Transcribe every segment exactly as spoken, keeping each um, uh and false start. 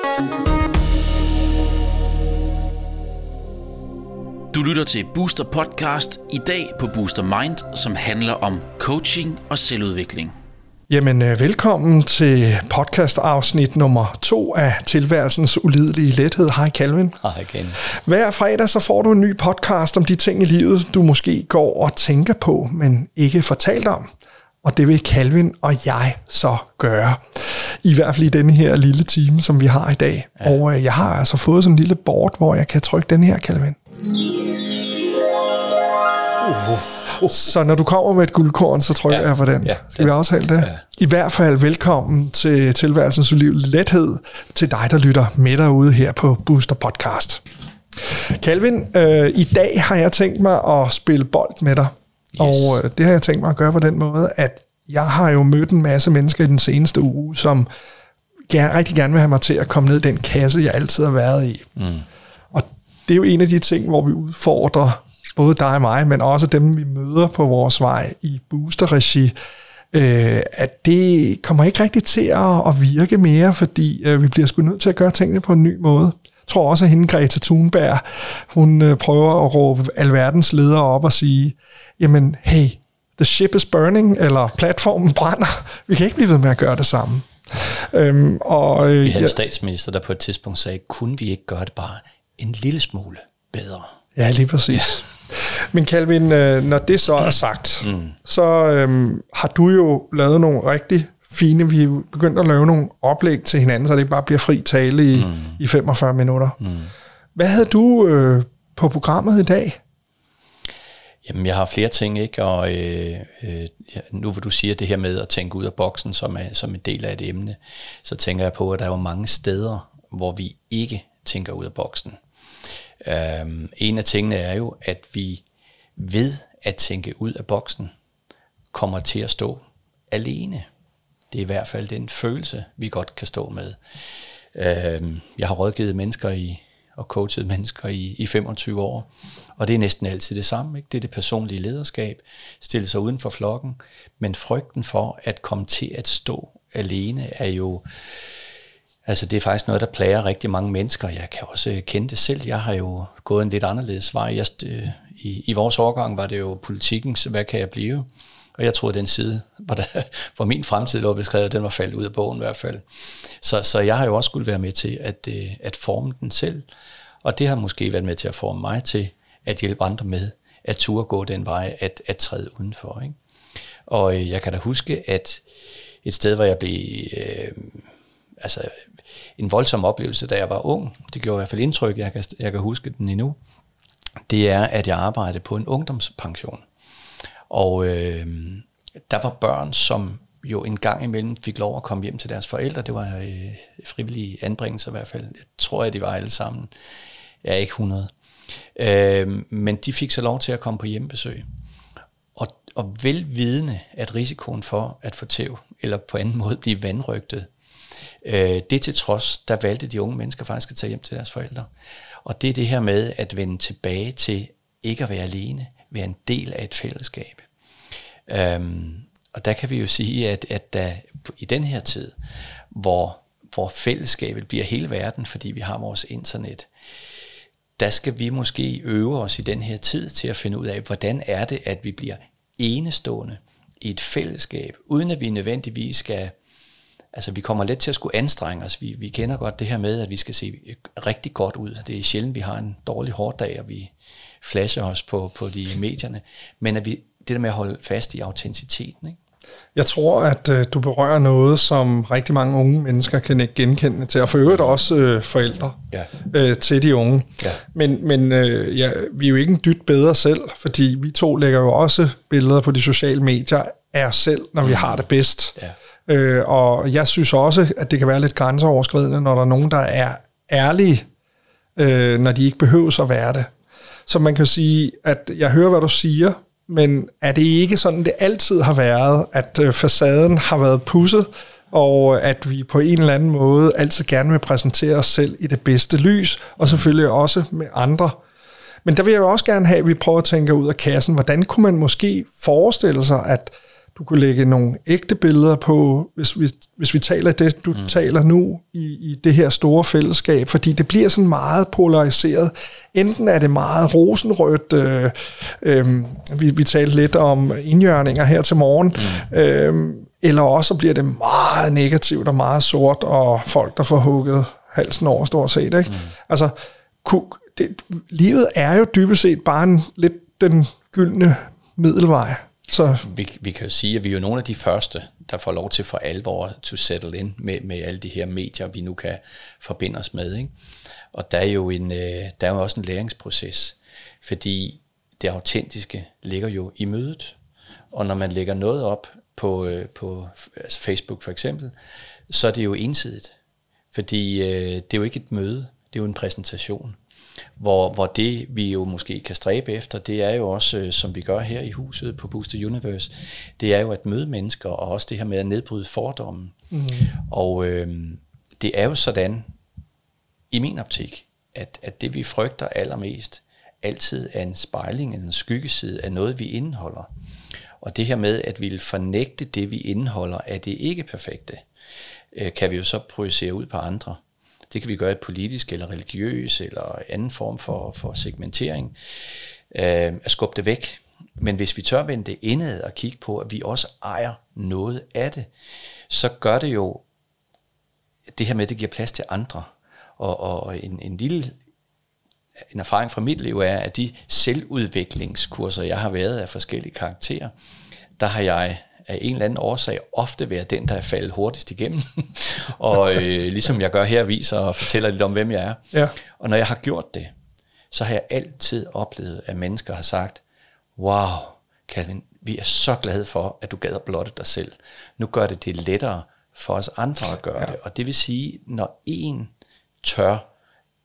Du lytter til Booster Podcast, i dag på Booster Mind, som handler om coaching og selvudvikling. Jamen, velkommen til podcast-afsnit nummer to af Tilværelsens ulidelige lethed. Hej Calvin. Hej Ken. Hver fredag så får du en ny podcast om de ting i livet, du måske går og tænker på, men ikke fortalt om. Og det vil Calvin og jeg så gøre. I hvert fald i denne her lille time, som vi har i dag. Ja. Og jeg har altså fået sådan en lille board, hvor jeg kan trykke den her, Calvin. Uh. Så når du kommer med et guldkorn, så trykker ja. jeg på den. Ja, Skal vi aftale det? Ja. I hvert fald velkommen til Tilværelsens ulidelige lethed, til dig, der lytter med derude her på Booster Podcast. Calvin, øh, i dag har jeg tænkt mig at spille bold med dig. Yes. Og øh, det har jeg tænkt mig at gøre på den måde, at jeg har jo mødt en masse mennesker i den seneste uge, som gerne, rigtig gerne vil have mig til at komme ned i den kasse, jeg altid har været i. Mm. Og det er jo en af de ting, hvor vi udfordrer både dig og mig, men også dem, vi møder på vores vej i booster-regi, øh, at det kommer ikke rigtig til at, at virke mere, fordi øh, vi bliver sgu nødt til at gøre tingene på en ny måde. Jeg tror også, at hende, Greta Thunberg, hun øh, prøver at råbe alverdens ledere op og sige, jamen, hey, the ship is burning, eller platformen brænder. Vi kan ikke blive ved med at gøre det samme. Øhm, og, øh, vi havde en statsminister, der på et tidspunkt sagde, kunne vi ikke gøre det bare en lille smule bedre? Ja, lige præcis. Ja. Men Calvin, når det så er sagt, mm. så øhm, har du jo lavet nogle rigtig fine, vi er begyndt at lave nogle oplæg til hinanden, så det ikke bare bliver fri tale i, mm. i femogfyrre minutter. Mm. Hvad havde du øh, på programmet i dag? Jamen, jeg har flere ting, ikke? Og øh, øh, nu hvor du siger det her med at tænke ud af boksen som, er, som en del af et emne, så tænker jeg på, at der er jo mange steder, hvor vi ikke tænker ud af boksen. Um, en af tingene er jo, at vi ved at tænke ud af boksen, kommer til at stå alene. Det er i hvert fald den følelse, vi godt kan stå med. Um, jeg har rådgivet mennesker i, og coachet mennesker i, i femogtyve år, og det er næsten altid det samme. Ikke? Det er det personlige lederskab, stille sig uden for flokken, men frygten for at komme til at stå alene er jo... Altså det er faktisk noget, der plager rigtig mange mennesker. Jeg kan også kende det selv. Jeg har jo gået en lidt anderledes vej. Jeg, øh, i, I vores årgang var det jo politikken, så hvad kan jeg blive? Og jeg troede, den side, hvor, der, hvor min fremtid lå beskrevet, den var faldet ud af bogen i hvert fald. Så, så jeg har jo også skulle være med til at, øh, at forme den selv. Og det har måske været med til at forme mig til at hjælpe andre med at turde gå den vej, at, at træde udenfor. Ikke? Og øh, jeg kan da huske, at et sted, hvor jeg blev... Øh, altså en voldsom oplevelse, da jeg var ung, det gjorde i hvert fald indtryk, jeg kan, jeg kan huske den endnu, det er, at jeg arbejdede på en ungdomspension. Og øh, der var børn, som jo en gang imellem fik lov at komme hjem til deres forældre. Det var øh, frivillige anbringelser i hvert fald. Jeg tror, at de var alle sammen. Jeg er ikke hundrede. Øh, men de fik så lov til at komme på hjemmebesøg. Og, og velvidende, at risikoen for at få tæv, eller på anden måde blive vanrøgtet, Øh, det til trods, der valgte de unge mennesker faktisk at tage hjem til deres forældre. Og det er det her med at vende tilbage til ikke at være alene, være en del af et fællesskab. Øhm, og der kan vi jo sige, at, at der, i den her tid, hvor, hvor fællesskabet bliver hele verden, fordi vi har vores internet, der skal vi måske øve os i den her tid til at finde ud af, hvordan er det, at vi bliver enestående i et fællesskab, uden at vi nødvendigvis skal... Altså, vi kommer let til at skulle anstrenge os. Vi, vi kender godt det her med, at vi skal se rigtig godt ud. Det er sjældent, vi har en dårlig hård dag, og vi flasher os på, på de medierne. Men at vi, det der med at holde fast i autenticiteten, ikke? Jeg tror, at øh, du berører noget, som rigtig mange unge mennesker kan ikke genkende til, og for øvrigt også øh, forældre ja. øh, til de unge. Ja. Men, men øh, ja, vi er jo ikke en dyt bedre selv, fordi vi to lægger jo også billeder på de sociale medier af os selv, når vi har det bedst. Ja. Øh, og jeg synes også, at det kan være lidt grænseoverskridende, når der er nogen, der er ærlige, øh, når de ikke behøves at være det. Så man kan sige, at jeg hører, hvad du siger, men er det ikke sådan, det altid har været, at øh, facaden har været pudset, og at vi på en eller anden måde altid gerne vil præsentere os selv i det bedste lys, og selvfølgelig også med andre. Men der vil jeg jo også gerne have, at vi prøver at tænke ud af kassen, hvordan kunne man måske forestille sig, at Du kunne lægge nogle ægte billeder på, hvis vi, hvis vi taler det, du mm. taler nu i, i det her store fællesskab, fordi det bliver sådan meget polariseret. Enten er det meget rosenrødt, øh, øh, vi, vi talte lidt om indjørninger her til morgen, mm. øh, eller også bliver det meget negativt og meget sort, og folk, der får hugget halsen over stort set. Ikke? Mm. Altså, ku, det, livet er jo dybest set bare en, lidt den gyldne middelvej. Så. Vi, vi kan jo sige, at vi er jo nogle af de første, der får lov til for alvor to settle in med, med alle de her medier, vi nu kan forbinde os med. Ikke? Og der er, jo en, der er jo også en læringsproces, fordi det autentiske ligger jo i mødet. Og når man lægger noget op på, på altså Facebook for eksempel, så er det jo ensidigt. Fordi det er jo ikke et møde, det er jo en præsentation. Hvor, hvor det vi jo måske kan stræbe efter, det er jo også, som vi gør her i huset på Booster Universe, det er jo at møde mennesker, og også det her med at nedbryde fordommen. Mm. Og øh, det er jo sådan, i min optik, at, at det vi frygter allermest, altid er en spejling, en skyggeside af noget, vi indeholder. Og det her med at ville fornægte det, vi indeholder, er det ikke perfekte, øh, kan vi jo så projicere ud på andre. Det kan vi gøre i politisk eller religiøs eller anden form for, for segmentering. Øh, at skubbe det væk. Men hvis vi tør vende det indad og kigge på, at vi også ejer noget af det, så gør det jo det her med, at det giver plads til andre. Og, og en, en lille en erfaring fra mit liv er, at de selvudviklingskurser, jeg har været af forskellige karakterer, der har jeg af en eller anden årsag ofte være den, der er faldet hurtigst igennem. og øh, ligesom jeg gør her, viser og fortæller lidt om, hvem jeg er. Ja. Og når jeg har gjort det, så har jeg altid oplevet, at mennesker har sagt, wow, Calvin, vi er så glade for, at du gad at blotte dig selv. Nu gør det det lettere for os andre at gøre ja. det. Og det vil sige, når en tør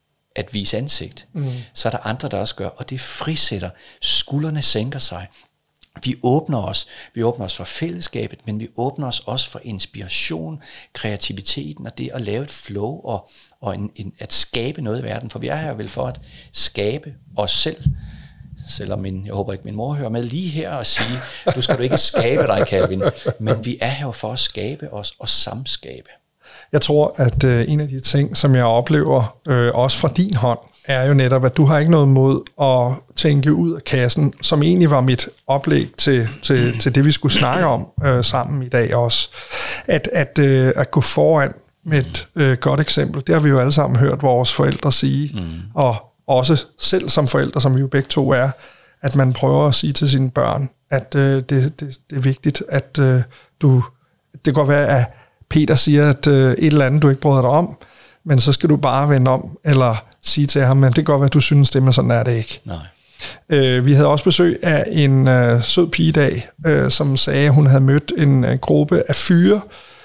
at vise ansigt, mm. så er der andre, der også gør, og det frisætter. Skuldrene sænker sig. Vi åbner os, vi åbner os for fællesskabet, men vi åbner os også for inspiration, kreativiteten og det at lave et flow og, og en, en, at skabe noget i verden. For vi er her vel for at skabe os selv. Selvom min, jeg håber ikke min mor hører med lige her og sige, du skal du ikke skabe dig, Calvin, men vi er her for at skabe os og samskabe. Jeg tror, at øh, en af de ting, som jeg oplever øh, også fra din hånd, er jo netop, at du har ikke noget mod at tænke ud af kassen, som egentlig var mit oplæg til, til, til det, vi skulle snakke om øh, sammen i dag også. At, at, øh, at gå foran med et øh, godt eksempel, det har vi jo alle sammen hørt vores forældre sige, mm. og også selv som forældre, som vi jo begge to er, at man prøver at sige til sine børn, at øh, det, det, det er vigtigt, at øh, du, det kan godt være, at Peter siger, at øh, et eller andet, du ikke bryder dig om, men så skal du bare vende om, eller sige til ham, men det kan godt være, at du synes det, men sådan er det ikke. Nej. Øh, vi havde også besøg af en øh, sød pige i dag, øh, som sagde, at hun havde mødt en øh, gruppe af fyre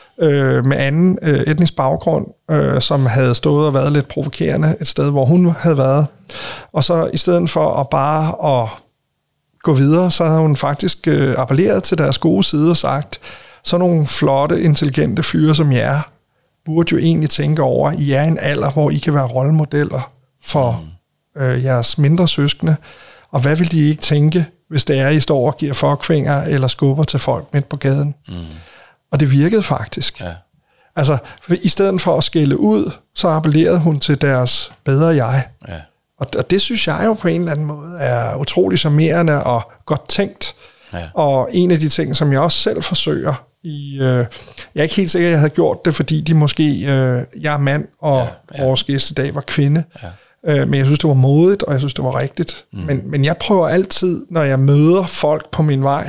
øh, med anden øh, etnisk baggrund, øh, som havde stået og været lidt provokerende et sted, hvor hun havde været. Og så i stedet for at bare at gå videre, så havde hun faktisk øh, appelleret til deres gode side og sagt, så nogle flotte, intelligente fyre som jer, burde jo egentlig tænke over, at I er i en alder, hvor I kan være rollemodeller for mm. øh, jeres mindre søskende. Og hvad vil de ikke tænke, hvis det er, I står og giver fuckfinger eller skubber til folk midt på gaden? Mm. Og det virkede faktisk. Ja. Altså, i stedet for at skælde ud, så appellerede hun til deres bedre jeg. Ja. Og, og det synes jeg jo på en eller anden måde er utrolig charmerende og godt tænkt. Ja. Og en af de ting, som jeg også selv forsøger, i, øh, jeg er ikke helt sikker, at jeg havde gjort det, fordi de måske, øh, jeg er mand, og ja, ja. vores gæst i dag var kvinde. Ja. Øh, men jeg synes, det var modigt, og jeg synes, det var rigtigt. Mm. Men, men jeg prøver altid, når jeg møder folk på min vej,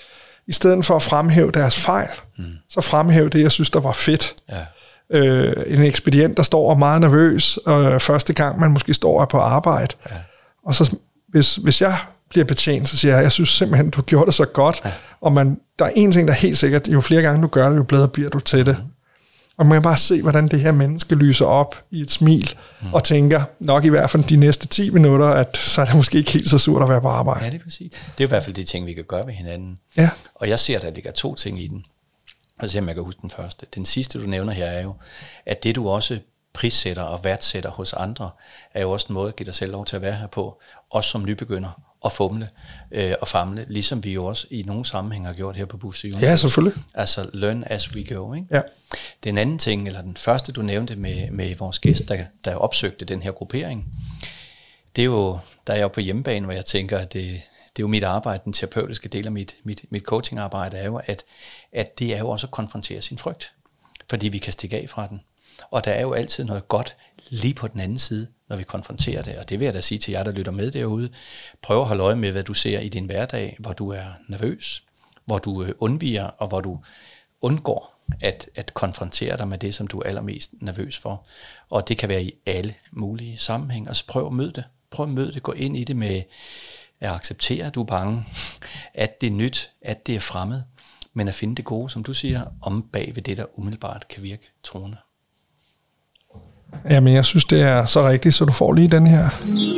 i stedet for at fremhæve deres fejl, mm. så fremhæve det, jeg synes, der var fedt. Ja. Øh, en ekspedient, der står og er meget nervøs, og første gang, man måske står og er på arbejde. Ja. Og så, hvis, hvis jeg bliver betjent, så siger jeg, jeg synes simpelthen, du gjorde det så godt. Ja. Og man, der er en ting, der er helt sikkert, jo flere gange du gør det, jo bedre bliver du til det. Mm. Og man kan bare se, hvordan det her menneske lyser op i et smil, mm. og tænker nok i hvert fald de næste ti minutter, at så er det måske ikke helt så surt at være på arbejde. Ja, det er præcis. Det er i hvert fald de ting, vi kan gøre ved hinanden. Ja. Og jeg ser, at der ligger to ting i den. Og så jeg kan huske den første. Den sidste, du nævner her, er jo, at det du også prissætter og værdsætter hos andre, er jo også en måde at give dig selv lov til at være her på, også som nybegynder, og fumle øh, og famle, ligesom vi jo også i nogle sammenhæng har gjort her på Booster Universe. Ja, selvfølgelig. Altså learn as we go, ikke? Ja. Den anden ting, eller den første, du nævnte med, med vores gæst, der, der opsøgte den her gruppering, det er jo, der er jeg jo på hjemmebane, hvor jeg tænker, at det, det er jo mit arbejde, den terapeutiske del af mit, mit, mit coachingarbejde, er jo, at, at det er jo også at konfrontere sin frygt, fordi vi kan stikke af fra den. Og der er jo altid noget godt lige på den anden side, når vi konfronterer det. Og det vil jeg da sige til jer, der lytter med derude. Prøv at holde øje med, hvad du ser i din hverdag, hvor du er nervøs, hvor du undviger, og hvor du undgår at, at konfrontere dig med det, som du er allermest nervøs for. Og det kan være i alle mulige sammenhæng. Og så prøv at møde det. Prøv at møde det. Gå ind i det med at acceptere, at du er bange, at det er nyt, at det er fremmed, men at finde det gode, som du siger, om bag ved det, der umiddelbart kan virke truende. Jamen, jeg synes, det er så rigtigt, så du får lige den her.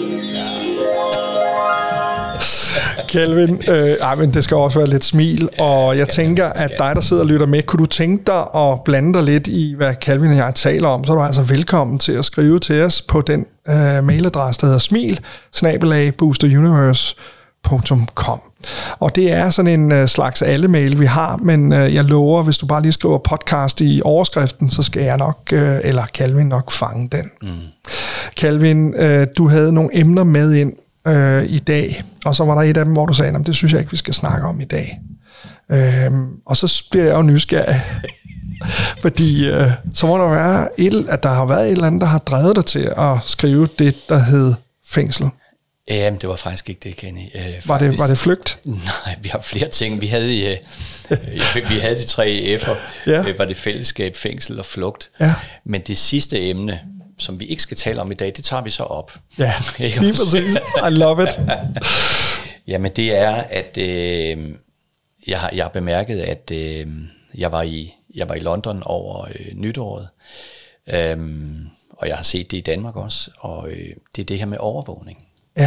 Kelvin, øh, ej, men det skal også være lidt smil, og jeg tænker, at dig, der sidder og lytter med, kunne du tænke dig at blande dig lidt i, hvad Kelvin og jeg taler om, så er du altså velkommen til at skrive til os på den øh, mailadresse, der hedder smil bindestreg booster universe punktum com. Og det er sådan en øh, slags alle-mail, vi har, men øh, jeg lover, hvis du bare lige skriver podcast i overskriften, så skal jeg nok, øh, eller Kelvin nok fange den. Mm. Kelvin, øh, du havde nogle emner med ind øh, i dag, og så var der et af dem, hvor du sagde, det synes jeg ikke, vi skal snakke om i dag. Øh, og så bliver jeg jo nysgerrig, fordi øh, så må der være, et, at der har været et eller andet, der har drevet dig til at skrive det, der hed fængsel. Jamen, det var faktisk ikke det, Kenny. Øh, var, det, var det flygt? Nej, vi har flere ting. Vi havde, øh, vi havde de tre F'er. Ja. Øh, var det fællesskab, fængsel og flugt. Ja. Men det sidste emne, som vi ikke skal tale om i dag, det tager vi så op. Ja, lige præcis. I love it. Jamen, det er, at øh, jeg, har, jeg har bemærket, at øh, jeg, var i, jeg var i London over øh, nytåret. Øh, og jeg har set det i Danmark også. Og øh, det er det her med overvågning. Ja.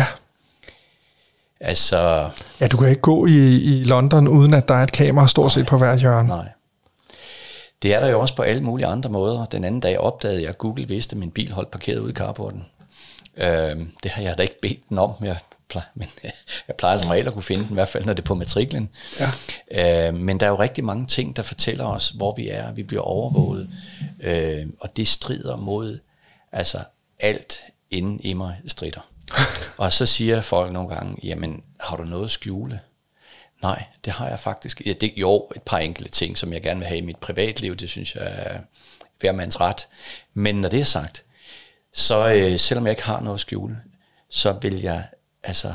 Altså... Ja, du kan ikke gå i, i London, uden at der er et kamera stort set på hver hjørne. Nej. Det er der jo også på alle mulige andre måder. Den anden dag opdagede jeg, at Google vidste, at min bil holdt parkeret ude i carporten. Øhm, det har jeg da ikke bedt den om, jeg plejer, men jeg plejer som regel at kunne finde den, i hvert fald når det er på matriklen. Ja. Øhm, men der er jo rigtig mange ting, der fortæller os, hvor vi er. Vi bliver overvåget, øhm, og det strider mod altså alt inden i mig strider. Og så siger folk nogle gange, jamen, har du noget at skjule? Nej, det har jeg faktisk. Ja, det, jo, et par enkelte ting, som jeg gerne vil have i mit privatliv, det synes jeg er hver mands ret. Men når det er sagt, så øh, selvom jeg ikke har noget at skjule, så vil jeg, altså,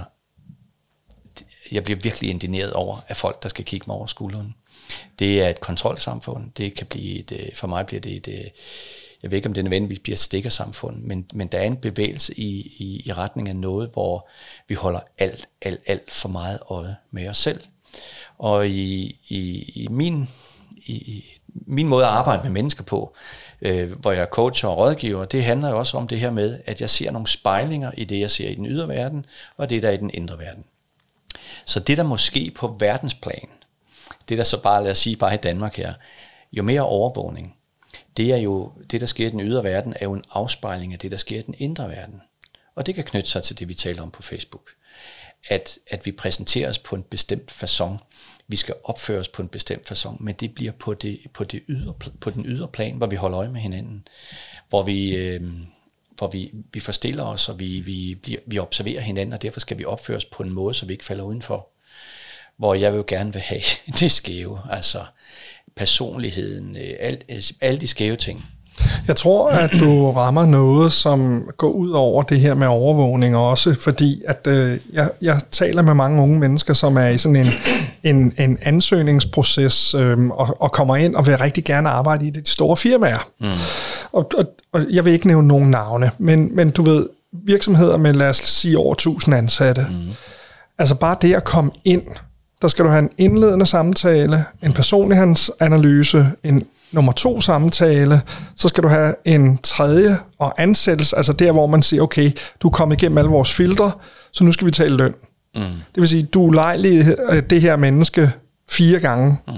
jeg bliver virkelig indigneret over, at folk, der skal kigge mig over skulderen. Det er et kontrolsamfund, det kan blive et, for mig bliver det et, jeg ved ikke, om det nødvendigvis bliver et stikkersamfund, men, men der er en bevægelse i, i, i retning af noget, hvor vi holder alt, alt, alt for meget øje med os selv. Og i, i, i, min, i, i min måde at arbejde med mennesker på, øh, hvor jeg er coach og rådgiver, det handler jo også om det her med, at jeg ser nogle spejlinger i det, jeg ser i den ydre verden, og det, der er i den indre verden. Så det, der måske på verdensplan, det der så bare, lad os sige, bare i Danmark her, jo mere overvågning, det er jo, det der sker i den ydre verden, er jo en afspejling af det, der sker i den indre verden. Og det kan knytte sig til det, vi taler om på Facebook. At, at vi præsenterer os på en bestemt facon. Vi skal opføre os på en bestemt facon, men det bliver på, det, på, det ydre, på den ydre plan, hvor vi holder øje med hinanden. Hvor vi, øh, hvor vi, vi forstiller os, og vi, vi, bliver, vi observerer hinanden, og derfor skal vi opføre os på en måde, så vi ikke falder udenfor. Hvor jeg vil jo gerne vil have det skæve, altså personligheden, alt, alle de skæve ting. Jeg tror, at du rammer noget, som går ud over det her med overvågning også, fordi at øh, jeg, jeg taler med mange unge mennesker, som er i sådan en, en, en ansøgningsproces øh, og, og kommer ind og vil rigtig gerne arbejde i de store firmaer. Mm. Og, og, og jeg vil ikke nævne nogen navne, men, men du ved, virksomheder med, lad os sige, over tusind ansatte. Mm. Altså bare det at komme ind, der skal du have en indledende samtale, en personlighedsanalyse, en nummer to samtale, så skal du have en tredje og ansættelse, altså der, hvor man siger, okay, du er kommet igennem alle vores filtre, så nu skal vi tale løn. Mm. Det vil sige, du er lejlig det her menneske fire gange,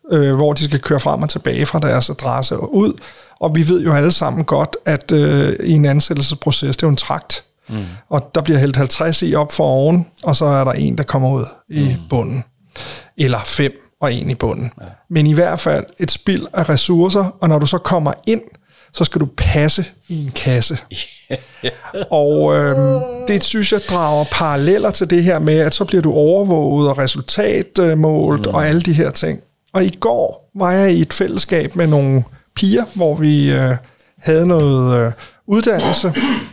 øh, hvor de skal køre frem og tilbage fra deres adresse og ud. Og vi ved jo alle sammen godt, at øh, i en ansættelsesproces, det er jo en trakt. Mm. Og der bliver hældt halvtreds i op for oven, og så er der en, der kommer ud i mm. bunden. Eller fem og en i bunden. Ja. Men i hvert fald et spild af ressourcer, og når du så kommer ind, så skal du passe i en kasse. Og øhm, det synes jeg drager paralleller til det her med, at så bliver du overvåget og resultatmålt mm. og alle de her ting. Og i går var jeg i et fællesskab med nogle piger, hvor vi øh, havde noget øh, uddannelse.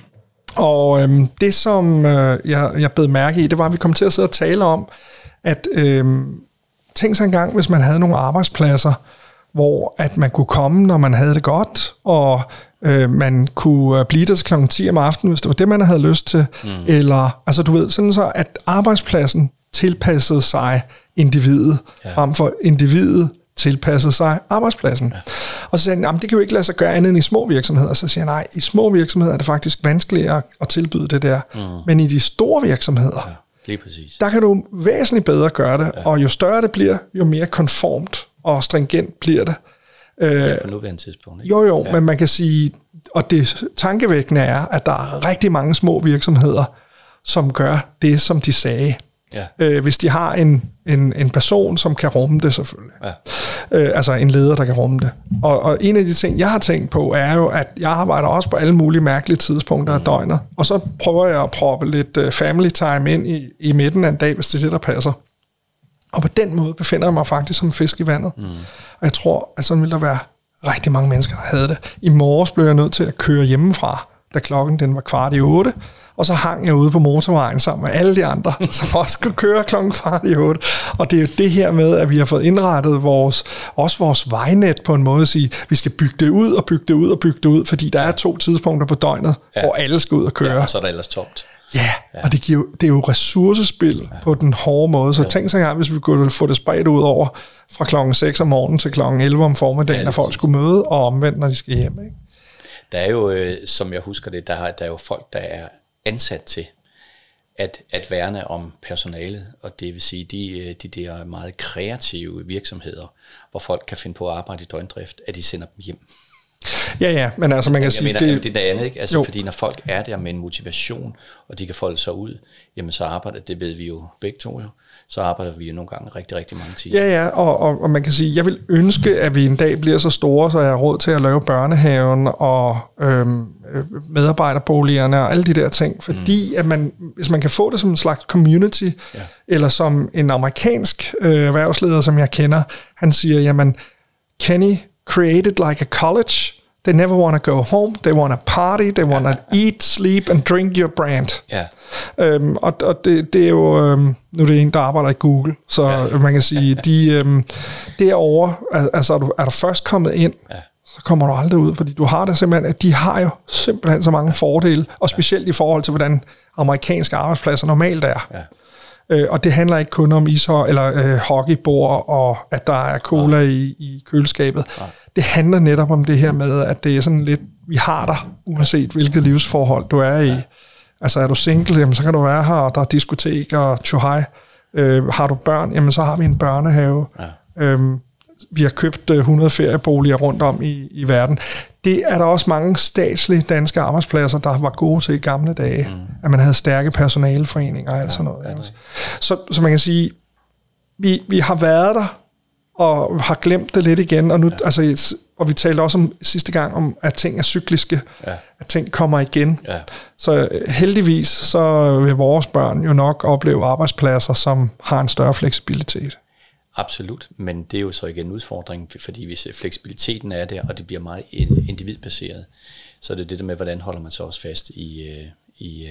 Og øhm, det, som øh, jeg, jeg bed mærke i, det var, at vi kom til at sidde og tale om, at øh, tænk sig engang, hvis man havde nogle arbejdspladser, hvor at man kunne komme, når man havde det godt, og øh, man kunne blive der til klokken ti om aftenen, hvis det var det, man havde lyst til. Mm. Eller, altså du ved, sådan så, at arbejdspladsen tilpassede sig individet, ja. frem for individet tilpassede sig arbejdspladsen. Ja. Og så sagde han, det kan jo ikke lade sig gøre andet end i små virksomheder. Så siger jeg, nej, i små virksomheder er det faktisk vanskeligere at tilbyde det der. Mm. Men i de store virksomheder, ja, lige præcis. Der kan du væsentligt bedre gøre det, ja. Og jo større det bliver, jo mere konformt og stringent bliver det. Ja, på nuværende tidspunkt. Ikke? Jo, jo, ja. Men man kan sige, og det tankevækkende er, at der er rigtig mange små virksomheder, som gør det, som de sagde. Ja. Øh, hvis de har en, en, en person, som kan rumme det selvfølgelig. Ja. Øh, altså en leder, der kan rumme det. Og, og en af de ting, jeg har tænkt på, er jo, at jeg arbejder også på alle mulige mærkelige tidspunkter af døgnet. Og så prøver jeg at proppe lidt uh, family time ind i, i midten af en dag, hvis det er det, der passer. Og på den måde befinder jeg mig faktisk som fisk i vandet. Mm. Og jeg tror, at sådan vil der være rigtig mange mennesker, der havde det. I morges blev jeg nødt til at køre hjemmefra, da klokken den var kvart i otte. Og så hang jeg ude på motorvejen sammen med alle de andre, som også skulle køre klokken kvart i otte. Og det er jo det her med, at vi har fået indrettet vores, også vores vejnet på en måde at sige, vi skal bygge det ud og bygge det ud og bygge det ud, fordi der er to tidspunkter på døgnet, ja. Hvor alle skal ud og køre. Ja, og så er der ellers tomt. Ja, ja. Og det, giver, det er jo ressourcespil ja. På den hårde måde. Så ja. Tænk sig engang, hvis vi kunne få det spredt ud over fra klokken seks om morgenen til klokken elleve om formiddagen, ja, når folk skulle møde, og omvendt, når de skal hjem. Ikke? Der er jo, øh, som jeg husker det, der, har, der er jo folk, der er ansat til at, at værne om personalet, og det vil sige de, de der meget kreative virksomheder, hvor folk kan finde på at arbejde i døgndrift, at de sender dem hjem. Ja, ja, men altså man kan jeg sige... Mener, det, det er andet, ikke? Altså, fordi når folk er der med en motivation, og de kan folde sig ud, jamen så arbejder, det ved vi jo begge to jo, så arbejder vi jo nogle gange rigtig, rigtig mange timer. Ja, ja, og, og, og man kan sige, jeg vil ønske, at vi en dag bliver så store, så jeg har råd til at lave børnehaven og øhm, medarbejderboligerne og alle de der ting, fordi mm. at man, hvis man kan få det som en slags community, ja. Eller som en amerikansk øh, erhvervsleder, som jeg kender, han siger, jamen, Kenny created like a college. They never want to go home. They want to party. They want to eat, sleep and drink your brand. Ja. Øhm, og og det, det er jo... Øhm, nu er det en, der arbejder i Google, så ja. Man kan sige, de øhm, derovre, altså er du, er du først kommet ind, ja. Så kommer du aldrig ud, fordi du har det simpelthen, at de har jo simpelthen så mange ja. Fordele, og specielt i forhold til, hvordan amerikanske arbejdspladser normalt er. Ja. Øh, og det handler ikke kun om ishockey eller øh, hockeybord, og at der er cola ja. i, i køleskabet. Ja. Det handler netop om det her med, at det er sådan lidt, vi har dig, uanset hvilket livsforhold du er i. Ja. Altså er du single, jamen, så kan du være her, og der er diskotek og tjohej. Øh, har du børn, jamen så har vi en børnehave. Ja. Øhm, vi har købt øh, hundrede ferieboliger rundt om i, i verden. Det er der også mange statslige danske arbejdspladser, der var gode til i gamle dage. Mm. At man havde stærke personaleforeninger og alt sådan noget. Ja, så, så man kan sige, vi, vi har været der, og har glemt det lidt igen, og nu, ja. altså, og vi talte også om sidste gang om, at ting er cykliske, ja. At ting kommer igen. Ja. Så heldigvis, så vil vores børn jo nok opleve arbejdspladser, som har en større fleksibilitet. Absolut, men det er jo så igen en udfordring, fordi hvis fleksibiliteten er der, og det bliver meget individbaseret, så er det det der med, hvordan holder man så også fast i, i,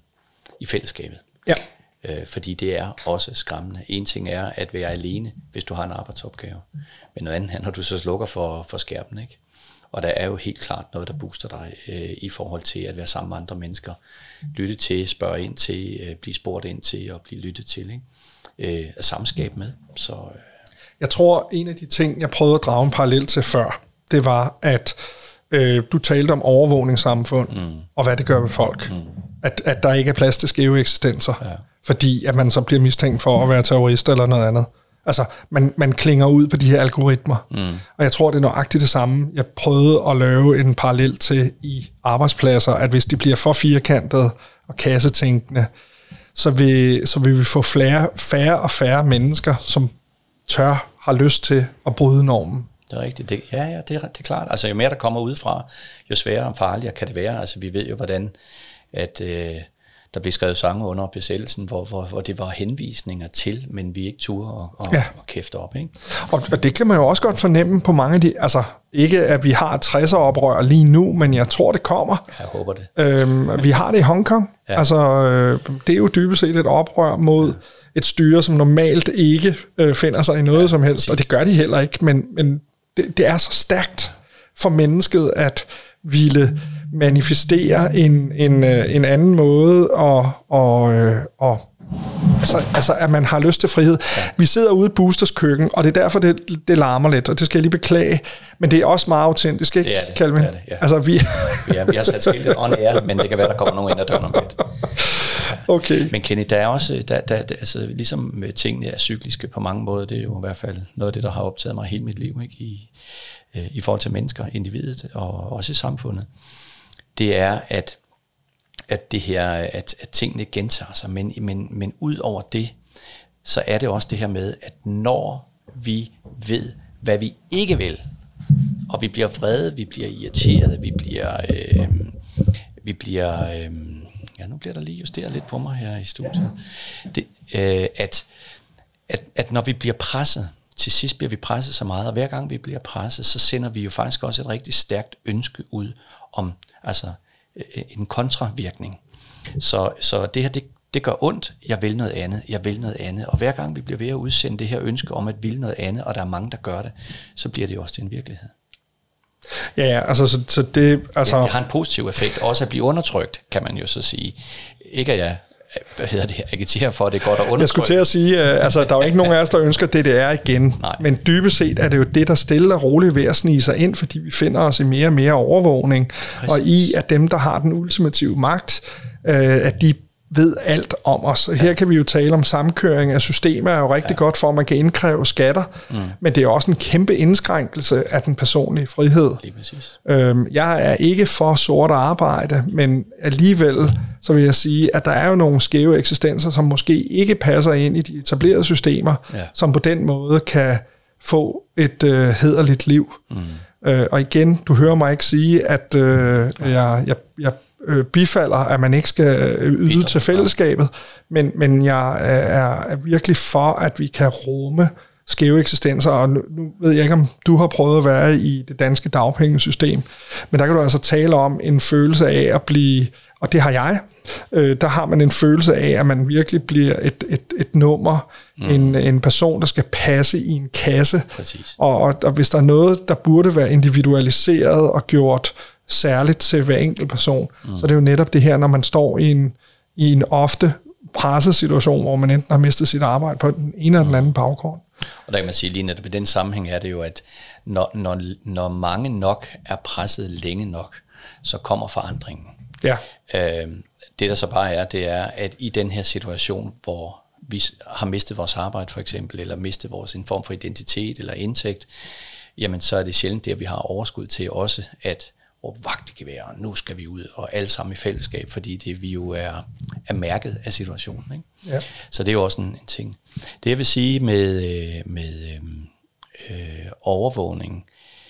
i fællesskabet. Ja. Fordi det er også skræmmende. En ting er at være alene, hvis du har en arbejdsopgave. Men noget andet er, når du så slukker for, for skærmen. Ikke? Og der er jo helt klart noget, der booster dig øh, i forhold til at være sammen med andre mennesker. Lytte til, spørge ind til, øh, blive spurgt ind til og blive lyttet til. Ikke? Øh, at samskabe med. Så, øh. Jeg tror, en af de ting, jeg prøvede at drage en parallel til før, det var, at øh, du talte om overvågningssamfund, mm. og hvad det gør ved folk. Mm. At, at der ikke er plads til skæve eksistenser. Ja. Fordi at man så bliver mistænkt for at være terrorist eller noget andet. Altså, man, man klinger ud på de her algoritmer. Mm. Og jeg tror, det er nøjagtigt det samme. Jeg prøvede at lave en parallel til i arbejdspladser, at hvis de bliver for firkantede og kassetænkende, så vil, så vil vi få flere, færre og færre mennesker, som tør, har lyst til at bryde normen. Det er rigtigt. Det, ja, ja, det er, det er klart. Altså, jo mere der kommer udefra, jo sværere og farligere kan det være. Altså, vi ved jo, hvordan at, øh, der blev skrevet sange under besættelsen, hvor, hvor, hvor det var henvisninger til, men vi ikke turde og, og, ja. og kæfte op. Ikke? Og, og det kan man jo også godt fornemme på mange af de, altså ikke at vi har tresser-oprør lige nu, men jeg tror, det kommer. Jeg håber det. Øhm, vi har det i Hongkong. Ja. Altså, øh, det er jo dybest set et oprør mod ja. et styre, som normalt ikke øh, finder sig i noget ja, som helst, og det gør de heller ikke, men, men det, det er så stærkt for mennesket at ville manifestere en, en, en anden måde, og, og, og altså, altså, at man har lyst til frihed. Ja. Vi sidder ude i Boosters køkken, og det er derfor, det, det larmer lidt, og det skal jeg lige beklage, men det er også meget autentisk, ikke, Calvin? Det er det, ja. Altså, vi... ja, vi har sat skiltet on air, men det kan være, der kommer nogen ind ad døren om lidt. Okay. Men Kenny, der er også, der, der, der, altså, ligesom tingene er cykliske på mange måder, det er jo i hvert fald noget af det, der har optaget mig hele mit liv, ikke? I, i forhold til mennesker, individet og også i samfundet. Det er, at, at det her, at, at tingene gentager sig, men, men, men ud over det, så er det også det her med, at når vi ved, hvad vi ikke vil, og vi bliver vrede, vi bliver irriteret, vi bliver, øh, vi bliver, øh, ja, nu bliver der lige justeret lidt på mig her i studiet, det, øh, at, at, at når vi bliver presset, til sidst bliver vi presset så meget, og hver gang vi bliver presset, så sender vi jo faktisk også et rigtig stærkt ønske ud om altså en kontravirkning. Så, så det her, det, det gør ondt, jeg vil noget andet, jeg vil noget andet, og hver gang vi bliver ved at udsende det her ønske om at ville noget andet, og der er mange, der gør det, så bliver det jo også til en virkelighed. Ja, ja, altså så, så det... Altså... Det, det har en positiv effekt, også at blive undertrykt, kan man jo så sige. Ikke at jeg... hvad hedder det, agiterer for, det er godt at undertrykke. Jeg skulle til at sige, altså der er jo ikke nogen af os, der ønsker D D R igen, Nej. Men dybest set er det jo det, der stille og roligt ved at snige sig ind, fordi vi finder os i mere og mere overvågning, Præcis. Og i at dem, der har den ultimative magt, øh, at de ved alt om os. Og her ja. kan vi jo tale om samkøring af systemer, er jo rigtig ja. godt for, at man kan indkræve skatter, mm. men det er også en kæmpe indskrænkelse af den personlige frihed. Lige præcis. Øhm, jeg er ikke for sort arbejde, men alligevel så vil jeg sige, at der er jo nogle skæve eksistenser, som måske ikke passer ind i de etablerede systemer, ja. som på den måde kan få et øh, hæderligt liv. Mm. Øh, og igen, du hører mig ikke sige, at øh, jeg, jeg, jeg øh, bifalder, at man ikke skal yde Bitter. til fællesskabet, men, men jeg er, er virkelig for, at vi kan rumme skæve eksistenser, og nu, nu ved jeg ikke, om du har prøvet at være i det danske dagpengesystem, men der kan du altså tale om en følelse af at blive, og det har jeg, øh, der har man en følelse af, at man virkelig bliver et, et, et nummer, mm. en, en person, der skal passe i en kasse, og, og, og hvis der er noget, der burde være individualiseret og gjort særligt til hver enkelt person, mm. så det er jo netop det her, når man står i en, i en ofte presset situation, hvor man enten har mistet sit arbejde på den ene eller den anden baggrund. Og der kan man sige, lige netop i den sammenhæng er det jo, at når, når, når mange nok er presset længe nok, så kommer forandringen. Ja. Øh, det der så bare er, det er, at i den her situation, hvor vi har mistet vores arbejde for eksempel, eller mistet vores en form for identitet eller indtægt, jamen så er det sjældent det, at vi har overskud til også at råbe vagtgevær, nu skal vi ud, og alle sammen i fællesskab, fordi det vi jo er, er mærket af situationen. Ikke? Ja. Så det er jo også en, en ting. Det jeg vil sige med, med øh, overvågning,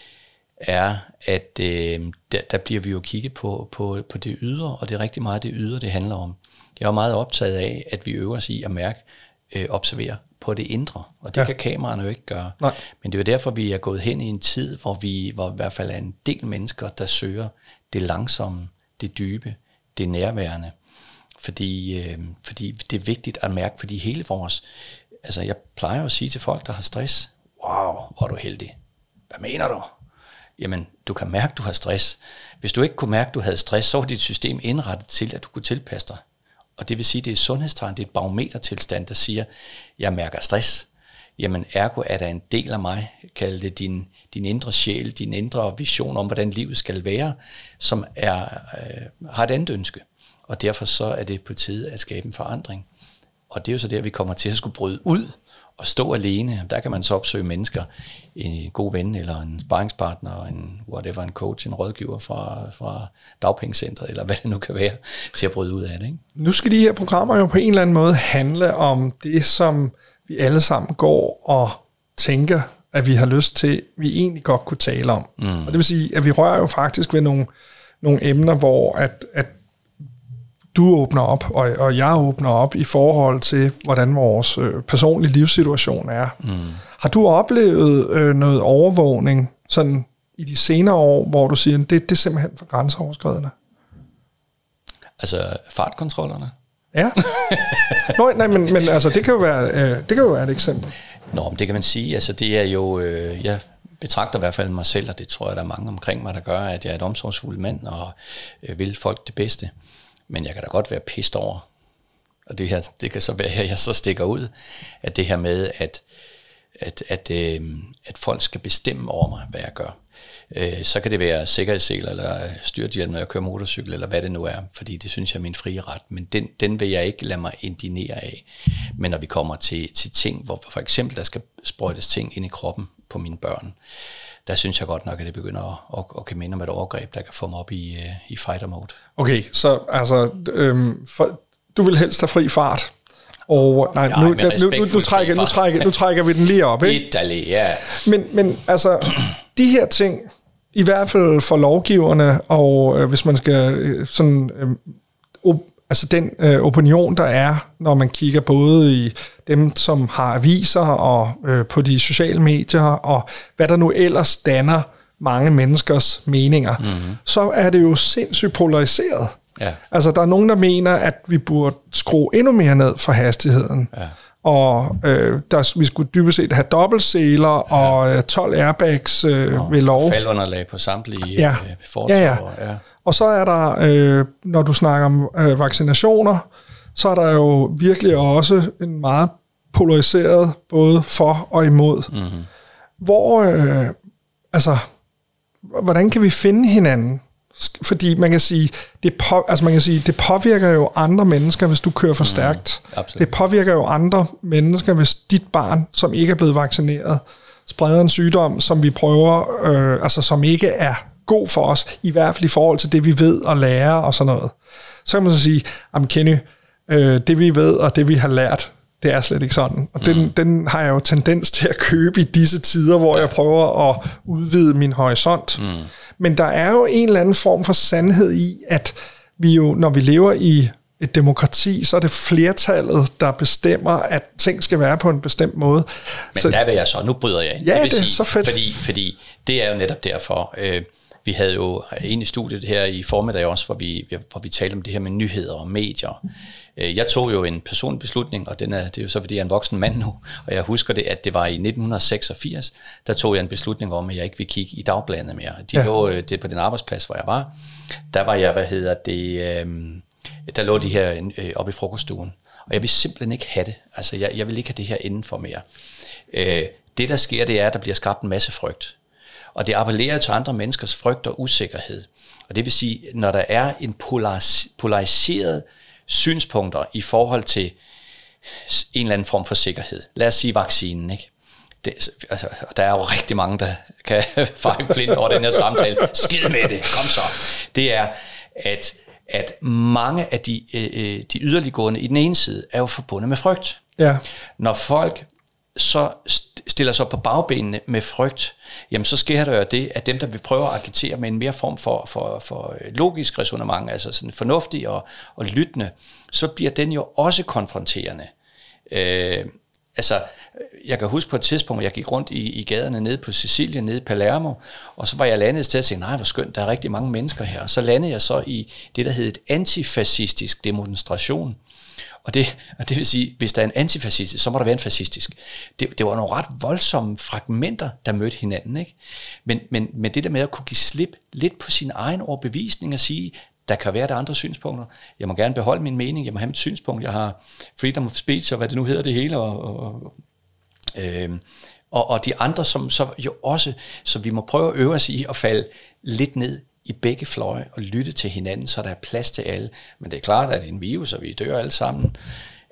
er, at øh, der, der bliver vi jo kigget på, på, på det ydre, og det er rigtig meget det ydre, det handler om. Jeg er meget optaget af, at vi øver os i at mærke, øh, observere på det indre, og det ja. kan kameraerne jo ikke gøre. Nej. Men det er jo derfor, vi er gået hen i en tid, hvor vi hvor i hvert fald er en del mennesker, der søger det langsomme, det dybe, det nærværende. Fordi, øh, fordi det er vigtigt at mærke, fordi hele vores... Altså, jeg plejer at sige til folk, der har stress, wow, hvor er du heldig. Hvad mener du? Jamen, du kan mærke, du har stress. Hvis du ikke kunne mærke, du havde stress, så var dit system indrettet til, at du kunne tilpasse dig. Og det vil sige, det er et sundhedstegn, det er et barometertilstand, der siger, jeg mærker stress. Jamen ergo er der en del af mig, kald det din, din indre sjæl, din indre vision om, hvordan livet skal være, som er, øh, har et andet ønske. Og derfor så er det på tide at skabe en forandring. Og det er jo så der, vi kommer til at skulle bryde ud At stå alene, der kan man så opsøge mennesker, en god ven, eller en sparringspartner, en whatever, en coach, en rådgiver fra, fra dagpengecentret, eller hvad det nu kan være, til at bryde ud af det. Ikke? Nu skal de her programmer jo på en eller anden måde handle om det, som vi alle sammen går og tænker, at vi har lyst til, vi egentlig godt kunne tale om. Mm. Og det vil sige, at vi rører jo faktisk ved nogle, nogle emner, hvor at, at du åbner op, og, og jeg åbner op i forhold til, hvordan vores øh, personlige livssituation er. Mm. Har du oplevet øh, noget overvågning sådan i de senere år, hvor du siger, det, det er simpelthen for grænseoverskridende? Altså fartkontrollerne? Ja. Nå, nej, men, men altså, det kan jo være, øh, det kan jo være et eksempel. Nå, men det kan man sige. Altså, det er jo, øh, jeg betragter i hvert fald mig selv, og det tror jeg, der er mange omkring mig, der gør, at jeg er et omsorgsfuld mand, og øh, vil folk det bedste. Men jeg kan da godt være pissed over, og det her, det kan så være her, jeg så stikker ud, at det her med, at, at, at, øh, at folk skal bestemme over mig, hvad jeg gør. Øh, så kan det være sikkerhedssel, eller styrthjelm, når jeg kører motorcykel, eller hvad det nu er, fordi det synes jeg er min frie ret, men den, den vil jeg ikke lade mig indinere af. Men når vi kommer til, til ting, hvor for eksempel der skal sprøjtes ting ind i kroppen på mine børn, der synes jeg godt nok, at det begynder at, at, at kan minde om et overgreb, der kan få mig op i, i fighter mode. Okay, så altså, øhm, for, du vil helst have fri fart, og nej, ja, nu, nu, nu, nu, trækker, nu, trækker, nu trækker vi den lige op, ikke? Italy, ja. Men, men altså, de her ting, i hvert fald for lovgiverne, og øh, hvis man skal øh, sådan... Øh, op, altså den øh, opinion, der er, når man kigger både i dem, som har aviser, og øh, på de sociale medier, og hvad der nu ellers danner mange menneskers meninger, mm-hmm. så er det jo sindssygt polariseret. Ja. Altså, der er nogen, der mener, at vi burde skrue endnu mere ned for hastigheden. Ja. Og øh, der, vi skulle dybest set have dobbeltseler ja. og øh, tolv airbags øh, og ved lov. Faldunderlag på samtlige ja. øh, fortov. Ja, ja. ja. Og så er der, øh, når du snakker om øh, vaccinationer, så er der jo virkelig også en meget polariseret både for og imod. Mm-hmm. Hvor, øh, altså, hvordan kan vi finde hinanden? Fordi man kan sige, det, på, altså man kan sige, det påvirker jo andre mennesker, hvis du kører for stærkt. Mm, det påvirker jo andre mennesker, hvis dit barn, som ikke er blevet vaccineret, spreder en sygdom, som vi prøver, øh, altså som ikke er god for os, i hvert fald i forhold til det, vi ved og lærer og sådan noget. Så kan man så sige, jamen Kenny, øh, det vi ved og det vi har lært, det er slet ikke sådan. Og mm. den, den har jeg jo tendens til at købe i disse tider, hvor jeg prøver at udvide min horisont. Mm. Men der er jo en eller anden form for sandhed i, at vi jo, når vi lever i et demokrati, så er det flertallet, der bestemmer, at ting skal være på en bestemt måde. Men så, der vil jeg så, nu bryder jeg ind. Ja, det, vil det er sige, så fedt. Fordi, fordi det er jo netop derfor. Øh, vi havde jo en i studiet her i formiddag også, hvor vi, hvor vi talte om det her med nyheder og medier. Jeg tog jo en personlig beslutning, og den er, det er jo så, fordi jeg er en voksen mand nu, og jeg husker det, at det var i nitten seksogfirs, der tog jeg en beslutning om, at jeg ikke ville kigge i dagbladene mere. De ja. lå det på den arbejdsplads, hvor jeg var. Der var jeg, hvad hedder det, øh, der lå de her øh, oppe i frokoststuen, og jeg ville simpelthen ikke have det. Altså, jeg, jeg vil ikke have det her indenfor mere. Øh, det, der sker, det er, at der bliver skabt en masse frygt. Og det appellerer til andre menneskers frygt og usikkerhed. Og det vil sige, når der er en polaris- polariseret synspunkter i forhold til en eller anden form for sikkerhed. Lad os sige vaccinen, ikke? Det, altså, der er jo rigtig mange, der kan feje flint over den her samtale. Skid med det, kom så. Det er, at, at mange af de, øh, de yderliggående i den ene side er jo forbundet med frygt. Ja. Når folk så stiller sig på bagbenene med frygt, jamen så sker der jo det, at dem, der vil prøve at agitere med en mere form for, for, for logisk ræsonnement, altså sådan fornuftig og, og lyttende, så bliver den jo også konfronterende. Øh, altså, jeg kan huske på et tidspunkt, hvor jeg gik rundt i, i gaderne nede på Sicilien, nede i Palermo, og så var jeg landet et sted og tænkte, nej, hvor skønt, der er rigtig mange mennesker her. Og så landede jeg så i det, der hed et antifascistisk demonstration. Og det, og det vil sige, hvis der er en antifascistisk, så må der være en fascistisk. Det, det var nogle ret voldsomme fragmenter, der mødte hinanden, ikke? Men, men, men det der med at kunne give slip lidt på sin egen overbevisning og sige, der kan være der andre synspunkter. Jeg må gerne beholde min mening, jeg må have mit synspunkt, jeg har freedom of speech og hvad det nu hedder det hele, og, og, øh, og, og de andre, som så jo også, så vi må prøve at øve os i at falde lidt ned i begge fløje og lytte til hinanden, så der er plads til alle. Men det er klart, at det er en virus, og vi dør alle sammen.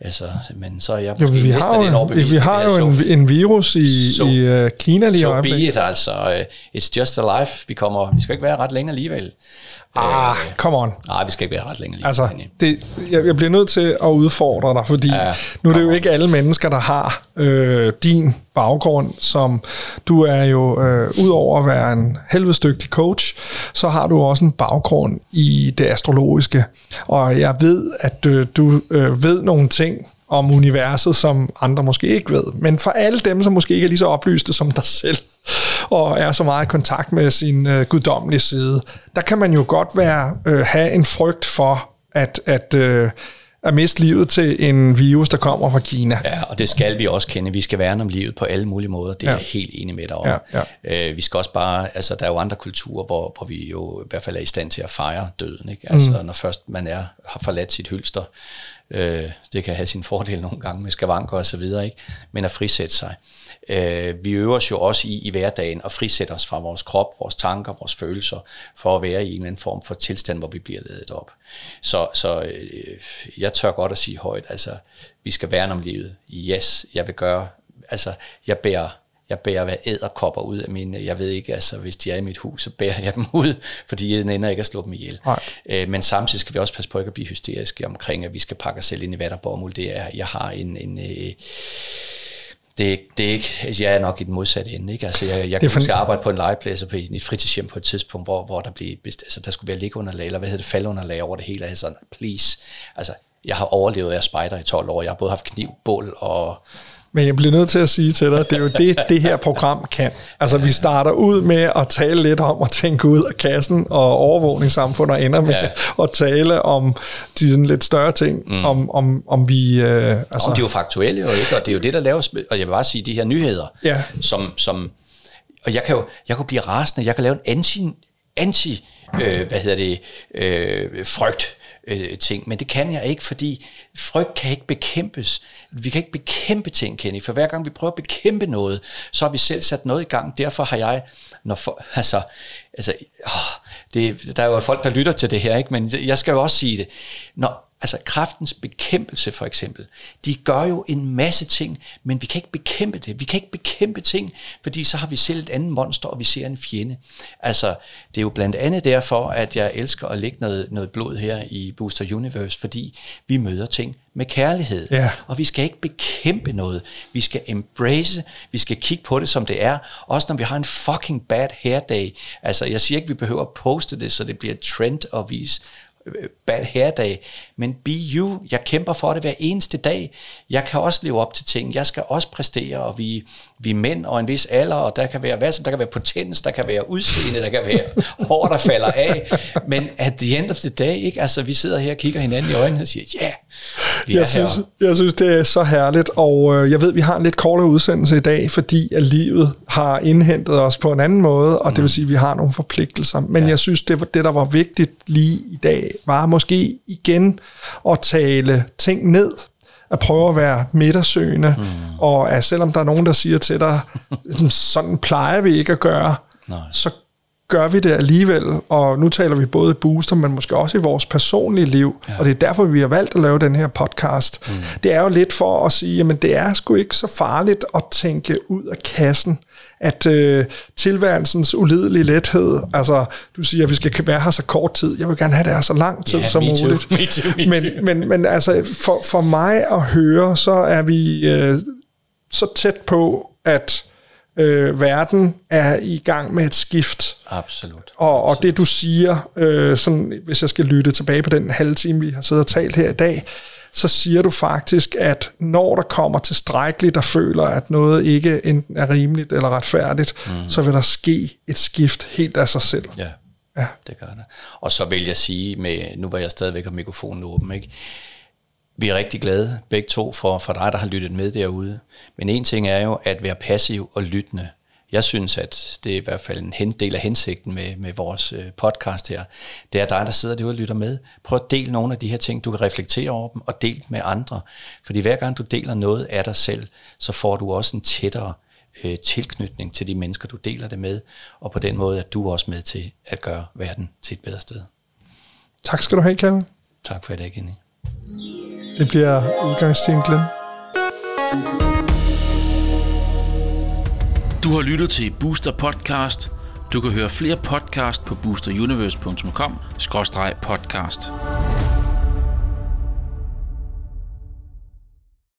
Altså, men så er jeg jo, vi har jo, en, vi har jo en, en virus i, so, i uh, Kina lige i øjeblikket. So be it, altså. Uh, it's just a life. Vi, kommer, vi skal ikke være ret længe alligevel. Ah, uh, come on. Nej, vi skal ikke være ret længe alligevel. Altså, det, jeg, jeg bliver nødt til at udfordre dig, fordi ja, nu er det jo on. ikke alle mennesker, der har øh, din baggrund, som du er jo, øh, udover at være en helvedesdygtig coach, så har du også en baggrund i det astrologiske. Og jeg ved, at øh, du øh, ved nogle ting om universet, som andre måske ikke ved. Men for alle dem, som måske ikke er lige så oplyste som dig selv, og er så meget i kontakt med sin øh, guddommelige side, der kan man jo godt være øh, have en frygt for at, at, øh, at miste livet til en virus, der kommer fra Kina. Ja, og det skal vi også kende. Vi skal værne om livet på alle mulige måder. Det er ja. jeg helt enig med dig om. Ja, ja. Øh, vi skal også bare, altså der er jo andre kulturer, hvor, hvor vi jo i hvert fald er i stand til at fejre døden. Ikke? Altså mm. når først man er, har forladt sit hylster, øh, det kan have sin fordel nogle gange med skavanker og så videre, ikke? Men at frisætte sig. Øh, vi øver os jo også i, i hverdagen at frisætte os fra vores krop, vores tanker, vores følelser, for at være i en eller anden form for tilstand, hvor vi bliver ledet op. Så, så øh, jeg tør godt at sige højt, altså vi skal værne om livet. Yes, jeg vil gøre, altså jeg bærer, jeg bærer hvad edderkopper ud af mine, jeg ved ikke, altså hvis de er i mit hus, så bærer jeg dem ud, fordi jeg ender ikke at slå dem ihjel. Øh, men samtidig skal vi også passe på ikke at blive hysteriske omkring, at vi skal pakke os selv ind i vat og bomuld. Det er, jeg har en, en øh, Det, det er ikke, altså jeg er nok i den modsatte ende, ikke? Altså jeg, jeg kunne for... arbejde på en legeplads og på et fritidshjem på et tidspunkt, hvor, hvor der blev, altså der skulle være liggeunderlag, eller hvad hedder det, faldunderlag over det hele, altså sådan, please, altså jeg har overlevet af spejder i tolv år, jeg har både haft kniv, bål og... Men jeg bliver nødt til at sige til dig, det er jo det, det her program kan. Altså vi starter ud med at tale lidt om at tænke ud af kassen og overvågningssamfundet, og ender med ja. at tale om de sådan lidt større ting, mm. om, om, om vi... Øh, altså... Om det er jo faktuelle, og, ikke? Og det er jo det, der laves, og jeg vil bare sige, de her nyheder, ja. som, som... Og jeg kan jo jeg kan blive rasende, jeg kan lave en anti... anti øh, hvad hedder det... Øh, frygt ting, men det kan jeg ikke, fordi frygt kan ikke bekæmpes. Vi kan ikke bekæmpe ting, Kenny, for hver gang vi prøver at bekæmpe noget, så har vi selv sat noget i gang. Derfor har jeg, når for, altså, altså åh, det, der er jo folk, der lytter til det her, ikke? Men jeg skal jo også sige det. Når altså kræftens bekæmpelse for eksempel, de gør jo en masse ting, men vi kan ikke bekæmpe det. Vi kan ikke bekæmpe ting, fordi så har vi selv et andet monster, og vi ser en fjende. Altså, det er jo blandt andet derfor, at jeg elsker at lægge noget, noget blod her i Booster Universe, fordi vi møder ting med kærlighed. Yeah. Og vi skal ikke bekæmpe noget. Vi skal embrace, vi skal kigge på det, som det er. Også når vi har en fucking bad hair day. Altså, jeg siger ikke, vi behøver at poste det, så det bliver et trend at vise bad hair dag, men be you. Jeg kæmper for det hver eneste dag. Jeg kan også leve op til ting. Jeg skal også præstere, og vi, vi er mænd og en vis alder, og der kan være hvad som, der kan være potens, der kan være udseende, der kan være hår, der falder af. Men at the end of the day, ikke? Altså, vi sidder her og kigger hinanden i øjnene og siger, ja, yeah, vi jeg er synes, her. Jeg synes, det er så herligt, og øh, jeg ved, vi har en lidt kortere udsendelse i dag, fordi at livet har indhentet os på en anden måde, og mm. det vil sige, at vi har nogle forpligtelser. Men ja. jeg synes, det, var, det, der var vigtigt lige i dag, var måske igen at tale ting ned, at prøve at være midtersøgende, mm. og at selvom der er nogen, der siger til dig, sådan plejer vi ikke at gøre, Nej. så gør vi det alligevel, og nu taler vi både i Booster, men måske også i vores personlige liv, ja. og det er derfor, vi har valgt at lave den her podcast. Mm. Det er jo lidt for at sige, jamen det er sgu ikke så farligt at tænke ud af kassen, at øh, tilværelsens ulidelige lethed, altså du siger, at vi skal være her så kort tid, jeg vil gerne have det her så lang tid yeah, som muligt. Me too, me men, too. men, men altså for, for mig at høre, så er vi øh, så tæt på, at Øh, verden er i gang med et skift. Absolut. Og, og det du siger, øh, sådan, hvis jeg skal lytte tilbage på den halve time, vi har siddet og talt her i dag, så siger du faktisk, at når der kommer tilstrækkeligt, der føler, at noget ikke enten er rimeligt eller retfærdigt, mm. så vil der ske et skift helt af sig selv. Ja, ja. Det gør det. Og så vil jeg sige, med, nu var jeg stadigvæk har mikrofonen åben, ikke? Vi er rigtig glade, begge to, for, for dig, der har lyttet med derude. Men en ting er jo at være passiv og lyttende. Jeg synes, at det er i hvert fald en del af hensigten med, med vores podcast her. Det er dig, der sidder derude og lytter med. Prøv at dele nogle af de her ting. Du kan reflektere over dem og dele dem med andre. Fordi hver gang du deler noget af dig selv, så får du også en tættere øh, tilknytning til de mennesker, du deler det med. Og på den måde er du også med til at gøre verden til et bedre sted. Tak skal du have, Kevin. Tak for i dag, Kenny. Det bliver udgangstinglen. Du har lyttet til Booster Podcast. Du kan høre flere podcast på booster universe punktum com skråstreg podcast.